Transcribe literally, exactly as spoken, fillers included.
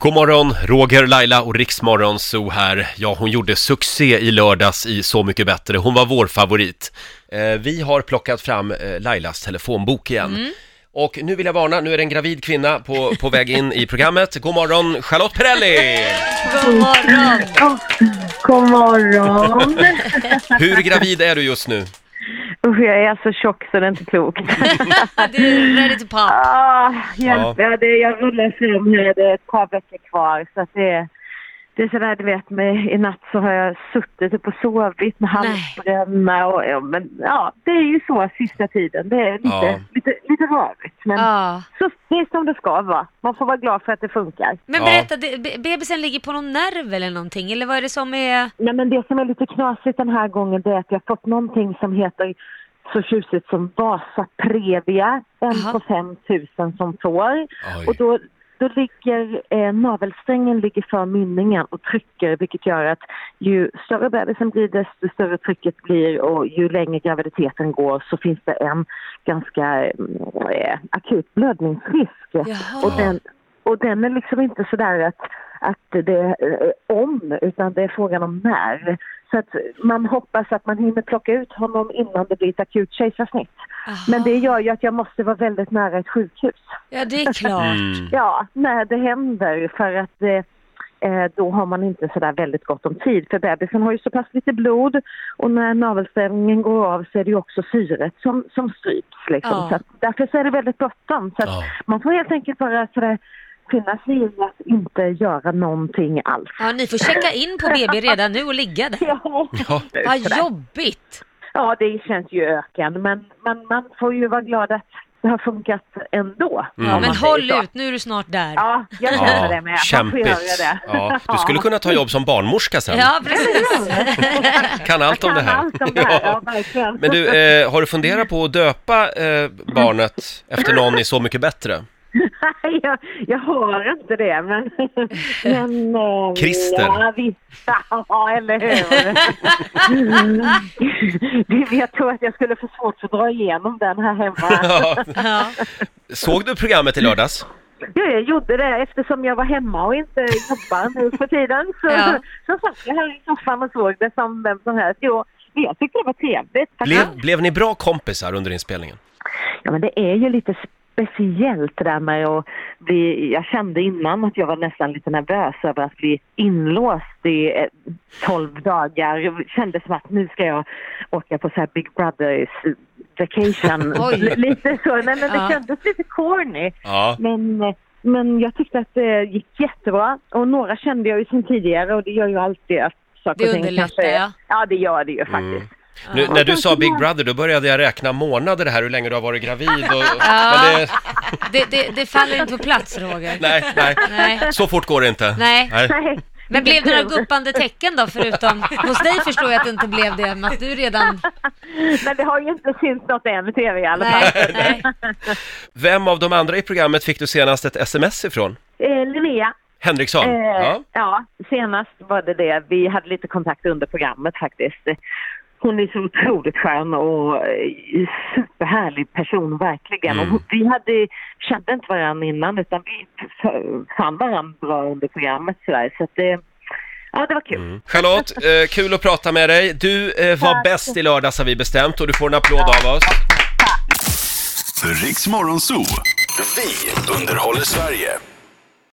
God morgon, Roger, Laila och Riksmorgon Zoo här. Ja, hon gjorde succé i lördags i Så mycket bättre. Hon var vår favorit. Eh, vi har plockat fram eh, Lailas telefonbok igen. Mm. Och nu vill jag varna, nu är det en gravid kvinna på, på väg in i programmet. God morgon, Charlotte Perrelli! God morgon! Oh, god morgon! Hur gravid är du just nu? Usch, jag är så tjock så det är inte klokt. Du är ready to pop. Ah, hjälp, ja. det, jag rullar fram här, det är ett par veckor kvar. Så att det, det är sådär, du vet, med, i natt så har jag suttit upp och sovit med halsbränna. Och, ja, men ja, det är ju så sista tiden. Det är lite, Ja. lite, lite rörigt. Men Ja. så, det är som det ska vara. Man får vara glad för att det funkar. Men Ja. berätta, det- be- bebisen ligger på någon nerv eller någonting? Eller vad är det som är... Nej, men det som är lite knasigt den här gången, det är att jag har fått någonting som heter så tjusigt som Vasa Previa, en Aha. på fem tusen som får. Oj. Och då, då ligger eh, navelsträngen ligger för mynningen och trycker, vilket gör att ju större bebisen blir desto större trycket blir, och ju längre graviditeten går så finns det en ganska eh, akut blödningsrisk. Jaha. Och den, och den är liksom inte sådär att, att det är eh, om, utan det är frågan om när. Så att man hoppas att man hinner plocka ut honom innan det blir ett akut kejsarsnitt. Aha. Men det gör ju att jag måste vara väldigt nära ett sjukhus. Ja, det är klart. Mm. Ja, när det händer, för att eh, då har man inte sådär väldigt gott om tid. För bebisen har ju så pass lite blod, och när navelsträngen går av så är det ju också syret som, som stryps. Liksom. Ja. Så att, därför så är det väldigt bråttom. Så att Ja. man får helt enkelt bara sådär finna sig i att inte göra någonting alls. Ja, ni får checka in på B B redan nu och ligga där. Ja, Ja. Vad jobbigt. ja, det känns ju öken, men, men man får ju vara glad att det har funkat ändå. Mm. Ja, om men man säger håll så. ut, nu är du snart där. Ja, jag känner det med. Man får kämpigt. göra det. Ja, du skulle kunna ta jobb som barnmorska sen. Ja, precis. Kan allt om det Kan här. allt om det här, ja, verkligen. Men du, eh, har du funderat på att döpa eh, barnet efter någon i Så mycket bättre? Nej, jag, jag har inte det, men... men eh, Christer. Ja, visst. Ja, eller hur? Du, jag tror att jag skulle få svårt för att dra igenom den här hemma. Ja. Ja. Såg du programmet i lördags? Ja, jag gjorde det eftersom jag var hemma och inte jobbar nu för tiden. Så, Ja. så satt jag här i soffan och såg det som vem som helst. Jo, jag tyckte det var trevligt. Blev, blev ni bra kompisar under inspelningen? Ja, men det är ju lite speciellt det där med att bli... Jag kände innan att jag var nästan lite nervös över att bli inlåst i eh, tolv dagar. Jag kände som att nu ska jag åka på så här Big Brothers vacation. Oj. L- lite så. Nej, men det Ja. kändes lite corny. Ja. Men, eh, men jag tyckte att det gick jättebra. Och några kände jag ju sen tidigare, och det gör ju alltid att saker Det och ting underlättar, kanske... ja. Ja, det gör det ju faktiskt. Mm. Nu, när du sa Big Brother, då började jag räkna månader här, hur länge du har varit gravid. Och, Ja. men det, Det, det, det faller inte på plats, Roger. nej, nej, Nej. så fort går det inte. Nej. Nej. Men blev det några guppande tecken då, förutom hos dig förstår jag att det inte blev det, men att du redan... Men det har ju inte synts något än i tv i alla fall. Nej, nej. Vem av de andra i programmet fick du senast ett sms ifrån? Eh, Linnea. Henriksson? Eh, Ja. ja, senast var det det. Vi hade lite kontakt under programmet faktiskt. Hon är så otroligt skön och eh, superhärlig person, verkligen. Mm. Och vi hade, kände inte varandra innan, utan vi f- fann varandra bra under programmet. Sådär. Så att det, ja, det var kul. Mm. Charlotte, eh, kul att prata med dig. Du eh, var Tack. bäst i lördags, har vi bestämt, och du får en applåd av oss. Riksmorgon Zoo. Vi underhåller Sverige.